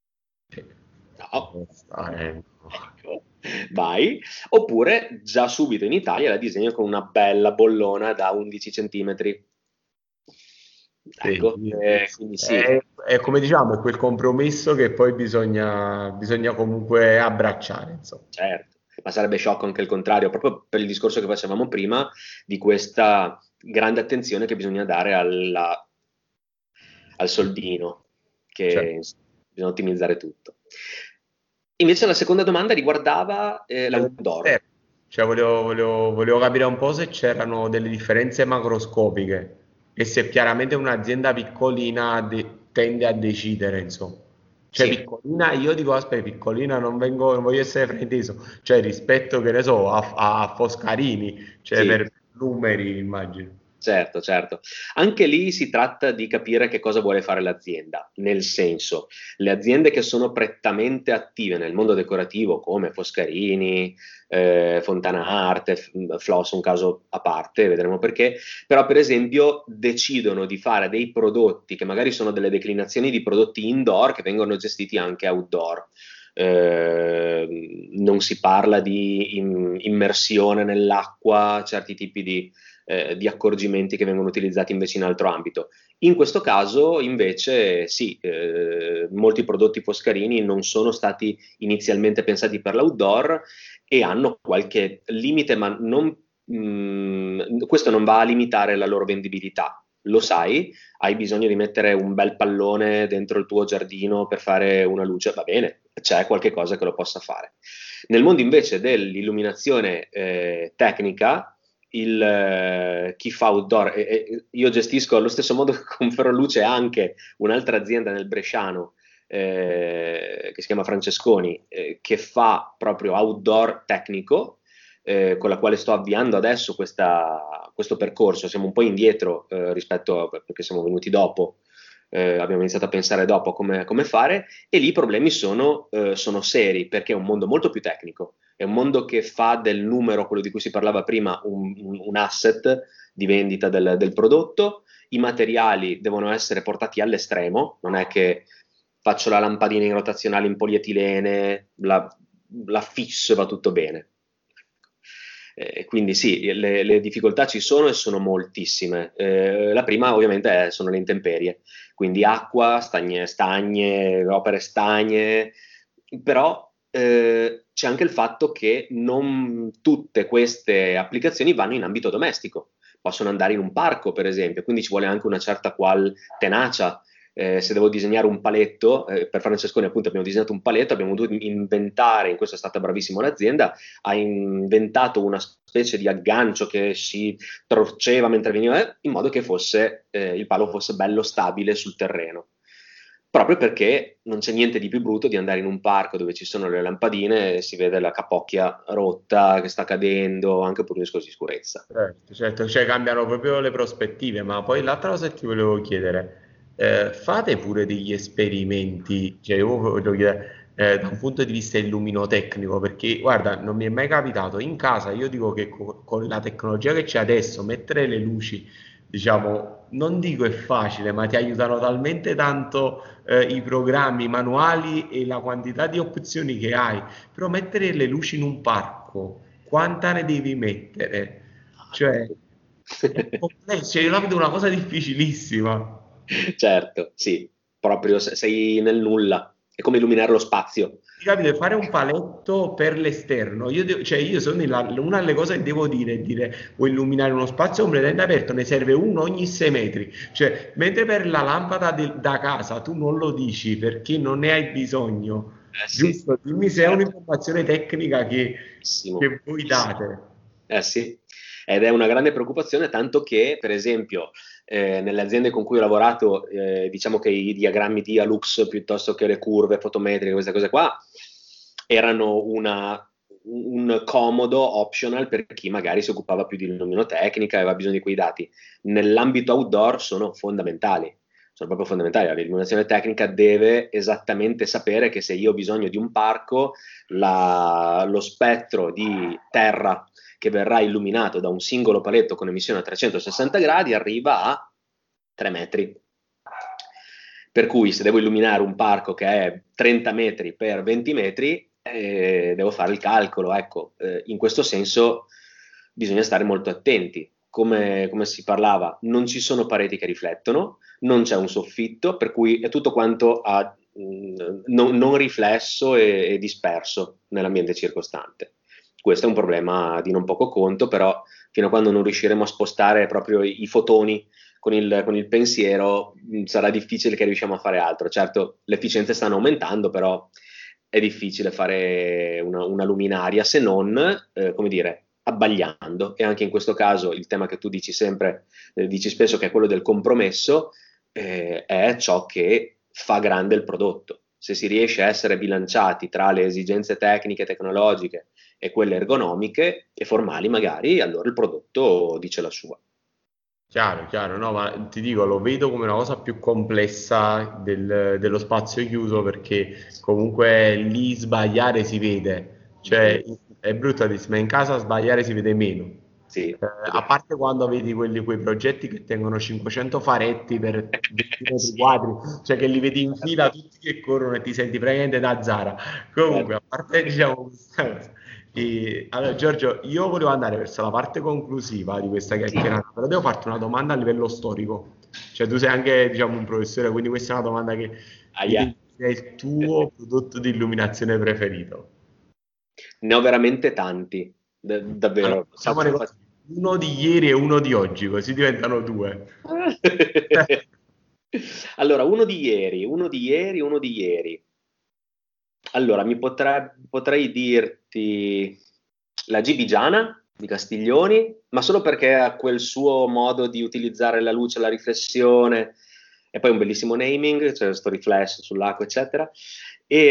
no, ecco, vai, oppure già subito in Italia la disegno con una bella bollona da 11 centimetri. Sì, Ecco, quindi sì, è come diciamo, è quel compromesso che poi bisogna comunque abbracciare, insomma. certo, ma sarebbe sciocco anche il contrario, proprio per il discorso che facevamo prima di questa grande attenzione che bisogna dare al soldino, Cioè, che bisogna ottimizzare tutto. Invece la seconda domanda riguardava l'outdoor. cioè, volevo capire un po' se c'erano delle differenze macroscopiche e se chiaramente un'azienda piccolina tende a decidere, insomma. Cioè, Sì, piccolina, io dico, aspetta, piccolina, non voglio essere frainteso, cioè rispetto, che ne so, a Foscarini, cioè sì. per numeri, immagino. Certo, certo. Anche lì si tratta di capire che cosa vuole fare l'azienda, nel senso, le aziende che sono prettamente attive nel mondo decorativo, come Foscarini, Fontana Arte, Floss, un caso a parte, vedremo perché, però per esempio decidono di fare dei prodotti che magari sono delle declinazioni di prodotti indoor che vengono gestiti anche outdoor. Non si parla di immersione nell'acqua, certi tipi di accorgimenti che vengono utilizzati invece in altro ambito. In questo caso, invece, sì, molti prodotti Foscarini non sono stati inizialmente pensati per l'outdoor e hanno qualche limite, ma questo non va a limitare la loro vendibilità. Lo sai, hai bisogno di mettere un bel pallone dentro il tuo giardino per fare una luce, va bene, c'è qualche cosa che lo possa fare. Nel mondo invece dell'illuminazione tecnica, chi fa outdoor, io gestisco allo stesso modo con Ferroluce anche un'altra azienda nel Bresciano che si chiama Francesconi, che fa proprio outdoor tecnico, con la quale sto avviando adesso questo percorso. Siamo un po' indietro perché siamo venuti dopo, abbiamo iniziato a pensare dopo come fare, e lì i problemi sono seri, perché è un mondo molto più tecnico, è un mondo che fa del numero, quello di cui si parlava prima, un asset di vendita del prodotto. I materiali devono essere portati all'estremo, non è che faccio la lampadina in rotazionale in polietilene, la fisso e va tutto bene. Quindi sì, le difficoltà ci sono e sono moltissime. La prima ovviamente sono le intemperie, quindi acqua, stagne, opere stagne, però c'è anche il fatto che non tutte queste applicazioni vanno in ambito domestico, possono andare in un parco per esempio, quindi ci vuole anche una certa qual tenacia. Se devo disegnare un paletto, per Francesconi appunto abbiamo disegnato un paletto, abbiamo dovuto inventare, in questo è stata bravissima l'azienda, ha inventato una specie di aggancio che si torceva mentre veniva, in modo che il palo fosse bello stabile sul terreno. Proprio perché non c'è niente di più brutto di andare in un parco dove ci sono le lampadine e si vede la capocchia rotta che sta cadendo, anche per un discorso di sicurezza. Certo, certo, cioè cambiano proprio le prospettive, ma poi l'altra cosa che ti volevo chiedere, fate pure degli esperimenti, cioè io volevo chiedere, da un punto di vista illuminotecnico, perché guarda, non mi è mai capitato in casa, io dico che con la tecnologia che c'è adesso, mettere le luci, diciamo, non dico è facile, ma ti aiutano talmente tanto i programmi manuali e la quantità di opzioni che hai, però mettere le luci in un parco, quanta ne devi mettere? Cioè, È complesso, cioè, io la vedo una cosa difficilissima. Certo, sì, proprio sei nel nulla, è come illuminare lo spazio. Ti capite, fare un paletto per l'esterno. Cioè, io sono una delle cose che devo dire è dire, vuoi illuminare uno spazio completamente aperto, ne serve uno ogni 6 metri. Cioè, mentre per la lampada da casa tu non lo dici perché non ne hai bisogno. Sì, Giusto? Dimmi se è certo. un'informazione tecnica Benissimo. che voi date. Sì, ed è una grande preoccupazione, tanto che, per esempio, nelle aziende con cui ho lavorato, diciamo che i diagrammi di Alux piuttosto che le curve fotometriche, queste cose qua, erano un comodo optional per chi magari si occupava più di illuminotecnica e aveva bisogno di quei dati. Nell'ambito outdoor sono proprio fondamentali. L'illuminazione tecnica deve esattamente sapere che se io ho bisogno di un parco, lo spettro di terra che verrà illuminato da un singolo paletto con emissione a 360 gradi arriva a 3 metri. Per cui se devo illuminare un parco che è 30 metri per 20 metri, devo fare il calcolo. Ecco, in questo senso bisogna stare molto attenti. Come si parlava, non ci sono pareti che riflettono, non c'è un soffitto, per cui è tutto quanto non riflesso e disperso nell'ambiente circostante. Questo è un problema di non poco conto, però fino a quando non riusciremo a spostare proprio i fotoni con il pensiero, sarà difficile che riusciamo a fare altro. Certo, le efficienze stanno aumentando, però è difficile fare una luminaria se non, come dire, abbagliando. E anche in questo caso il tema che tu dici sempre, dici spesso, che è quello del compromesso, è ciò che fa grande il prodotto. Se si riesce a essere bilanciati tra le esigenze tecniche, tecnologiche e quelle ergonomiche e formali magari, allora il prodotto dice la sua. Chiaro, chiaro, no, ma ti dico, lo vedo come una cosa più complessa dello spazio chiuso perché comunque lì sbagliare si vede, Mhm. cioè è brutto da dire, ma in casa sbagliare si vede meno. Sì, è A vero. parte quando vedi quei progetti che tengono 500 faretti per 20 metri Sì, quadri, cioè che li vedi in fila certo, tutti che corrono e ti senti praticamente da Zara. Comunque, certo. a parte diciamo questa cosa. Allora, Giorgio, io volevo andare verso la parte conclusiva di questa Sì. chiacchierata, però devo farti una domanda a livello storico. Cioè, tu sei anche, diciamo, un professore, quindi questa è una domanda che mi Aia. devi dire il tuo prodotto di illuminazione preferito. Ne ho veramente tanti, Allora, davvero. facciamone così. Uno di ieri e uno di oggi, così diventano due. Allora, uno di ieri. Allora, potrei dirti la Gibigiana di Castiglioni, ma solo perché ha quel suo modo di utilizzare la luce, la riflessione, e poi un bellissimo naming, cioè sto riflesso sull'acqua, eccetera. E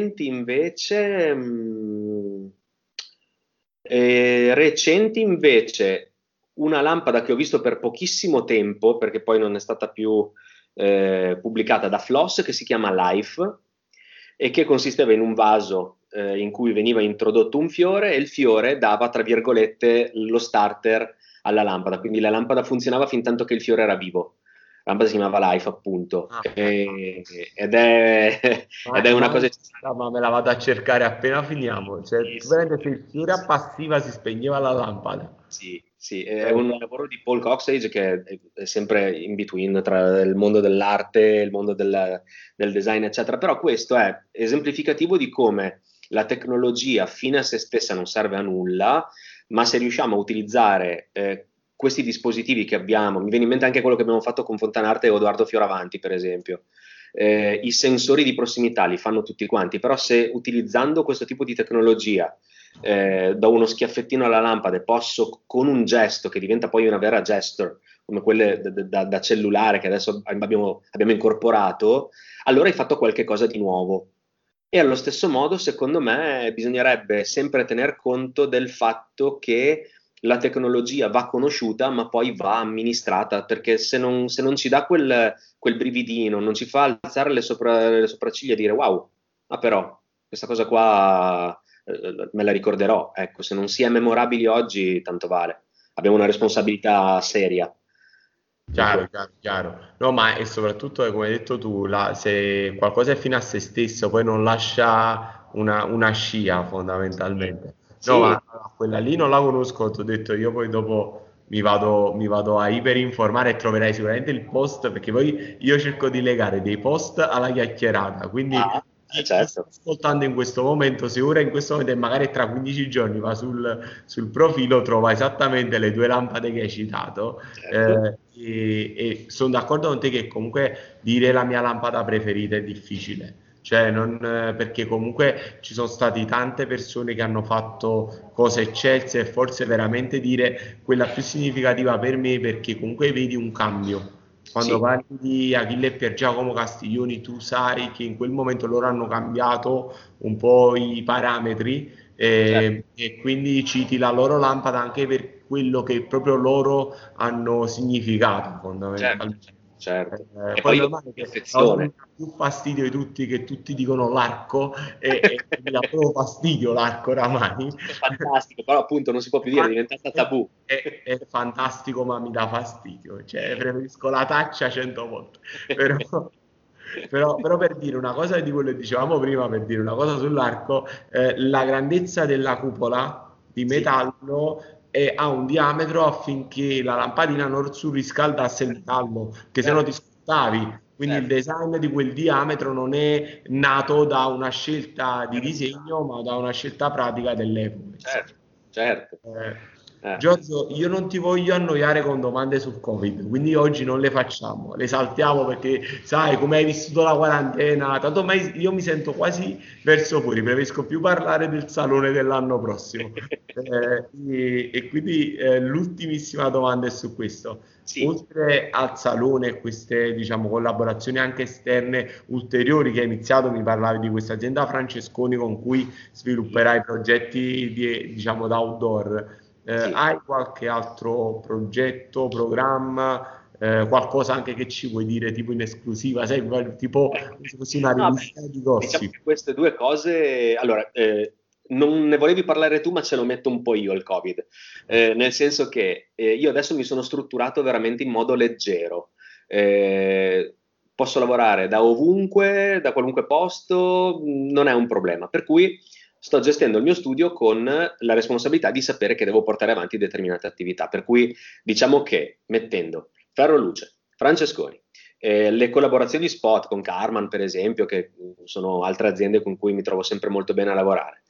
recenti invece, una lampada che ho visto per pochissimo tempo, perché poi non è stata più pubblicata da Floss, che si chiama Life e che consisteva in un vaso in cui veniva introdotto un fiore e il fiore dava, tra virgolette, lo starter alla lampada, quindi la lampada funzionava fin tanto che il fiore era vivo. La lampada si chiamava Life, appunto, Ah, ed è, ed è una cosa eccezionale. ma me la vado a cercare appena finiamo. Cioè, tu veramente se il fiore appassiva si spegneva la lampada. Sì, sì, è un lavoro di Paul Coxage che è sempre in between tra il mondo dell'arte, il mondo del design, eccetera. Però questo è esemplificativo di come la tecnologia fine a se stessa non serve a nulla, ma se riusciamo a utilizzare questi dispositivi che abbiamo, mi viene in mente anche quello che abbiamo fatto con Fontanarte e Edoardo Fioravanti, per esempio. I sensori di prossimità li fanno tutti quanti, però se utilizzando questo tipo di tecnologia do uno schiaffettino alla lampada e posso con un gesto che diventa poi una vera gesture, come quelle da cellulare che adesso abbiamo incorporato, allora hai fatto qualche cosa di nuovo. E allo stesso modo, secondo me, bisognerebbe sempre tener conto del fatto che la tecnologia va conosciuta, ma poi va amministrata, perché se non ci dà quel brividino, non ci fa alzare le sopracciglia e dire wow, ma però questa cosa qua me la ricorderò. Ecco, se non si è memorabili oggi, tanto vale. Abbiamo una responsabilità seria in Chiaro, questo. chiaro, chiaro. No, ma e soprattutto, come hai detto tu, se qualcosa è fine a se stesso, poi non lascia una scia Sì, fondamentalmente. No, ma sì, quella lì non la conosco, ti ho detto io poi dopo mi vado a iperinformare e troverai sicuramente il post, perché poi io cerco di legare dei post alla chiacchierata, quindi Ah, chi sta certo, ascoltando in questo momento, se ora in questo momento e magari tra 15 giorni va sul profilo, trova esattamente le due lampade che hai citato, certo. e sono d'accordo con te che comunque dire la mia lampada preferita è difficile. Cioè, perché comunque ci sono state tante persone che hanno fatto cose eccelse e forse veramente dire quella più significativa per me, perché comunque vedi un cambio. Quando Sì, parli di Achille e Pier Giacomo Castiglioni, tu sai che in quel momento loro hanno cambiato un po' i parametri, certo, e quindi citi la loro lampada anche per quello che proprio loro hanno significato certo, fondamentalmente. certo. E Poi è poi io normale che la cosa che mi perfezione. dà più fastidio di tutti, che tutti dicono l'arco, e mi dà proprio fastidio l'arco oramai. È fantastico, però appunto non si può più dire, è diventata È, tabù. è fantastico, ma mi dà fastidio. Cioè, preferisco la taccia 100 volte. Però, però per dire una cosa di quello che dicevamo prima, per dire una cosa sull'arco, la grandezza della cupola di Sì, metallo ha un diametro affinché la lampadina non surriscaldasse il metallo, che se no ti certo, scottavi. Quindi il certo, design di quel diametro non è nato da una scelta di caratteriale, disegno, ma da una scelta pratica dell'epoca, insomma. certo, certo. Eh, Eh. Giorgio, io non ti voglio annoiare con domande sul Covid, quindi oggi non le facciamo, le saltiamo perché sai come hai vissuto la quarantena, tanto ormai io mi sento quasi verso fuori, preferisco più parlare del salone dell'anno prossimo. E quindi l'ultimissima domanda è su questo. Sì, Oltre al salone e queste, diciamo, collaborazioni anche esterne ulteriori che hai iniziato, mi parlavi di questa azienda Francesconi con cui sì, svilupperai progetti di, diciamo, da outdoor. sì. Hai qualche altro progetto, programma, qualcosa anche che ci vuoi dire, tipo in esclusiva, sai, tipo come se fosse una No, beh, rivista di diciamo gossip. che queste due cose, allora, non ne volevi parlare tu, ma ce lo metto un po' io il Covid. Nel senso che io adesso mi sono strutturato veramente in modo leggero. Eh, Posso lavorare da ovunque, da qualunque posto, non è un problema. Per cui sto gestendo il mio studio con la responsabilità di sapere che devo portare avanti determinate attività. Per cui diciamo che mettendo Ferro Luce, Francesconi, le collaborazioni spot con Carman, per esempio, che sono altre aziende con cui mi trovo sempre molto bene a lavorare.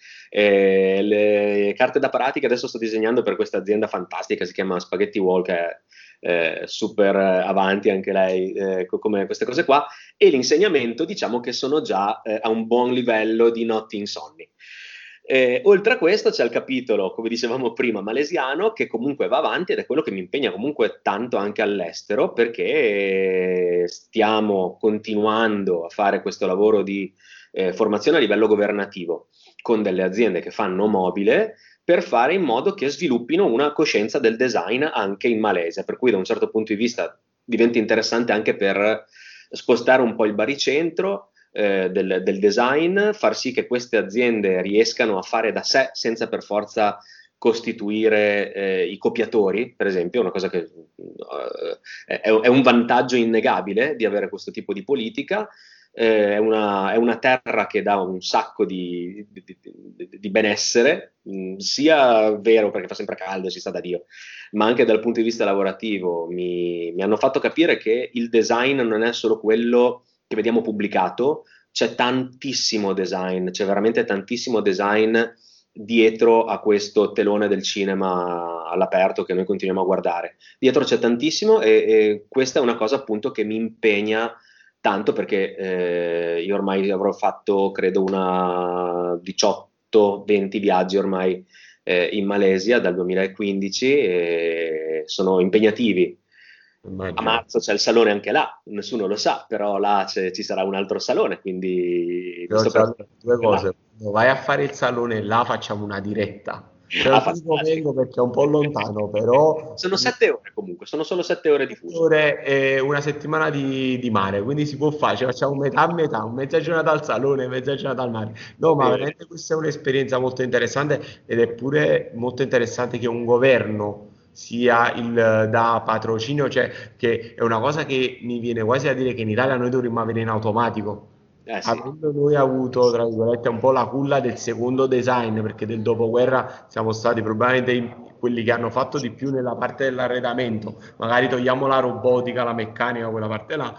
Le carte da parati che adesso sto disegnando per questa azienda fantastica, si chiama Spaghetti Wall, che è super avanti anche lei, come queste cose qua, e l'insegnamento, diciamo che sono già a un buon livello di notti insonni. Oltre a questo c'è il capitolo, come dicevamo prima, malesiano, che comunque va avanti ed è quello che mi impegna comunque tanto anche all'estero, perché stiamo continuando a fare questo lavoro di formazione a livello governativo con delle aziende che fanno mobile per fare in modo che sviluppino una coscienza del design anche in Malesia, per cui da un certo punto di vista diventa interessante anche per spostare un po' il baricentro del design, far sì che queste aziende riescano a fare da sé senza per forza costituire i copiatori, per esempio, una cosa che è un vantaggio innegabile di avere questo tipo di politica. È una terra che dà un sacco di benessere, sia vero perché fa sempre caldo, si sta da Dio, ma anche dal punto di vista lavorativo. Mi hanno fatto capire che il design non è solo quello che vediamo pubblicato, c'è tantissimo design, c'è veramente tantissimo design dietro a questo telone del cinema all'aperto che noi continuiamo a guardare. Dietro c'è tantissimo e questa è una cosa appunto che mi impegna tanto perché io ormai avrò fatto credo una 18-20 viaggi ormai in Malesia dal 2015 e sono impegnativi. A Immagino. marzo c'è il salone anche là, nessuno lo sa, però là ci sarà un altro salone, quindi mi sto Giorgio, allora, preparando due anche là. cose. Quando vai a fare il salone là facciamo una diretta. Cioè, Ah, non ti dico fantastico. vengo perché è un po' lontano, però Sono 7 ore comunque, sono solo 7 ore di 7 fuso. ore e una settimana di mare, quindi si può fare, cioè, facciamo metà a metà, mezza giornata al salone, mezza giornata al mare. Va No, ma bene. veramente questa è un'esperienza molto interessante ed è pure molto interessante che un governo sia il da patrocinio, cioè che è una cosa che mi viene quasi a dire che in Italia noi dovremmo avere in automatico. Sì. avendo noi avuto, tra virgolette, un po' la culla del secondo design, perché del dopoguerra siamo stati probabilmente quelli che hanno fatto di più nella parte dell'arredamento, magari togliamo la robotica, la meccanica, quella parte là,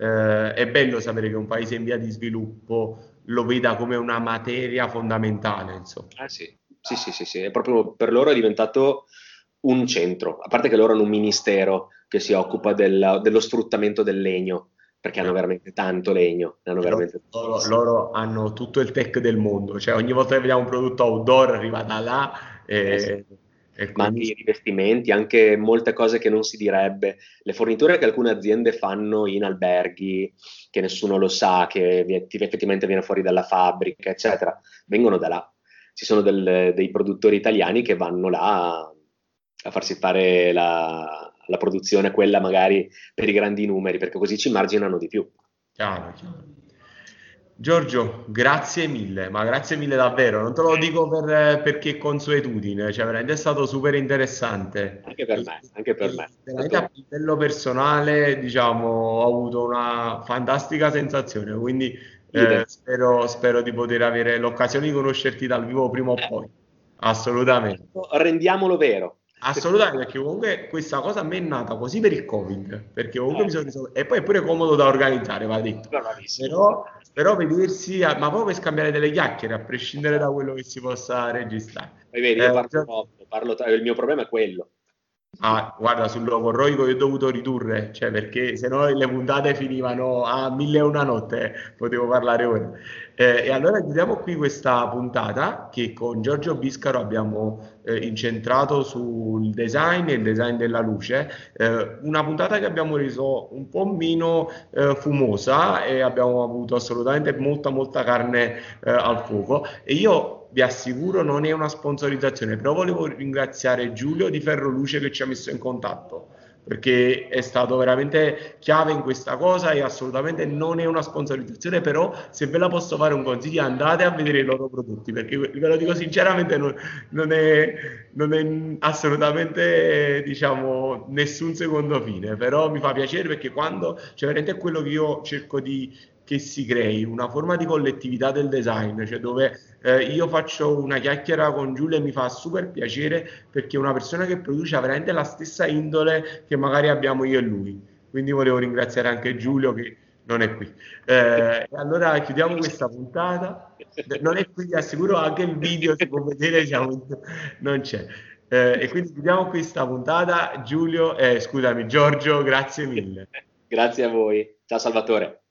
è bello sapere che un paese in via di sviluppo lo veda come una materia fondamentale, insomma. Sì. Sì, sì, sì, sì, è proprio per loro è diventato un centro, a parte che loro hanno un ministero che si occupa dello sfruttamento del legno, perché hanno Eh. veramente tanto legno, ne hanno E loro, veramente tantissimo. loro hanno tutto il tech del mondo, cioè ogni volta che vediamo un prodotto outdoor arriva da là Sì. e Ma quindi anche i rivestimenti, anche molte cose che non si direbbe, le forniture che alcune aziende fanno in alberghi, che nessuno lo sa, che effettivamente viene fuori dalla fabbrica, eccetera, vengono da là. Ci sono dei produttori italiani che vanno là a farsi fare la produzione, quella magari per i grandi numeri, perché così ci marginano di più. chiaro, chiaro. Giorgio, grazie mille, ma grazie mille davvero, non te lo dico perché è consuetudine, cioè veramente è stato super interessante Anche per me, anche per me. e È veramente a stato livello personale, diciamo, ho avuto una fantastica sensazione, quindi idem. spero di poter avere l'occasione di conoscerti dal vivo prima o poi, assolutamente. Rendiamolo vero. Assolutamente, perché comunque questa cosa a me è nata così per il Covid, perché comunque mi Eh, sono reso... E poi è pure comodo da organizzare, va detto. bravissimo. Però vedersi, ma proprio per scambiare delle chiacchiere, a prescindere da quello che si possa registrare. Poi vedi, io parlo troppo, il mio problema è quello. Guarda, sul logorroico io ho dovuto ridurre, cioè perché se no le puntate finivano a 1001 notte, potevo parlare ora. E allora chiudiamo qui questa puntata che con Giorgio Biscaro abbiamo incentrato sul design e il design della luce, una puntata che abbiamo reso un po' meno fumosa e abbiamo avuto assolutamente molta carne al fuoco e io vi assicuro non è una sponsorizzazione, però volevo ringraziare Giulio di Ferroluce che ci ha messo in contatto, perché è stato veramente chiave in questa cosa e assolutamente non è una sponsorizzazione, però se ve la posso fare un consiglio andate a vedere i loro prodotti, perché ve lo dico sinceramente non è assolutamente diciamo nessun secondo fine, però mi fa piacere perché quando, cioè veramente è quello che io cerco di che si crei una forma di collettività del design, cioè dove io faccio una chiacchiera con Giulia e mi fa super piacere perché è una persona che produce veramente la stessa indole che magari abbiamo io e lui. Quindi volevo ringraziare anche Giulio che non è qui. E allora chiudiamo questa puntata. Non è qui, vi assicuro, anche il video si può vedere, diciamo, non c'è. E quindi chiudiamo questa puntata. Giulio, scusami, Giorgio, grazie mille. Grazie a voi. Ciao Salvatore.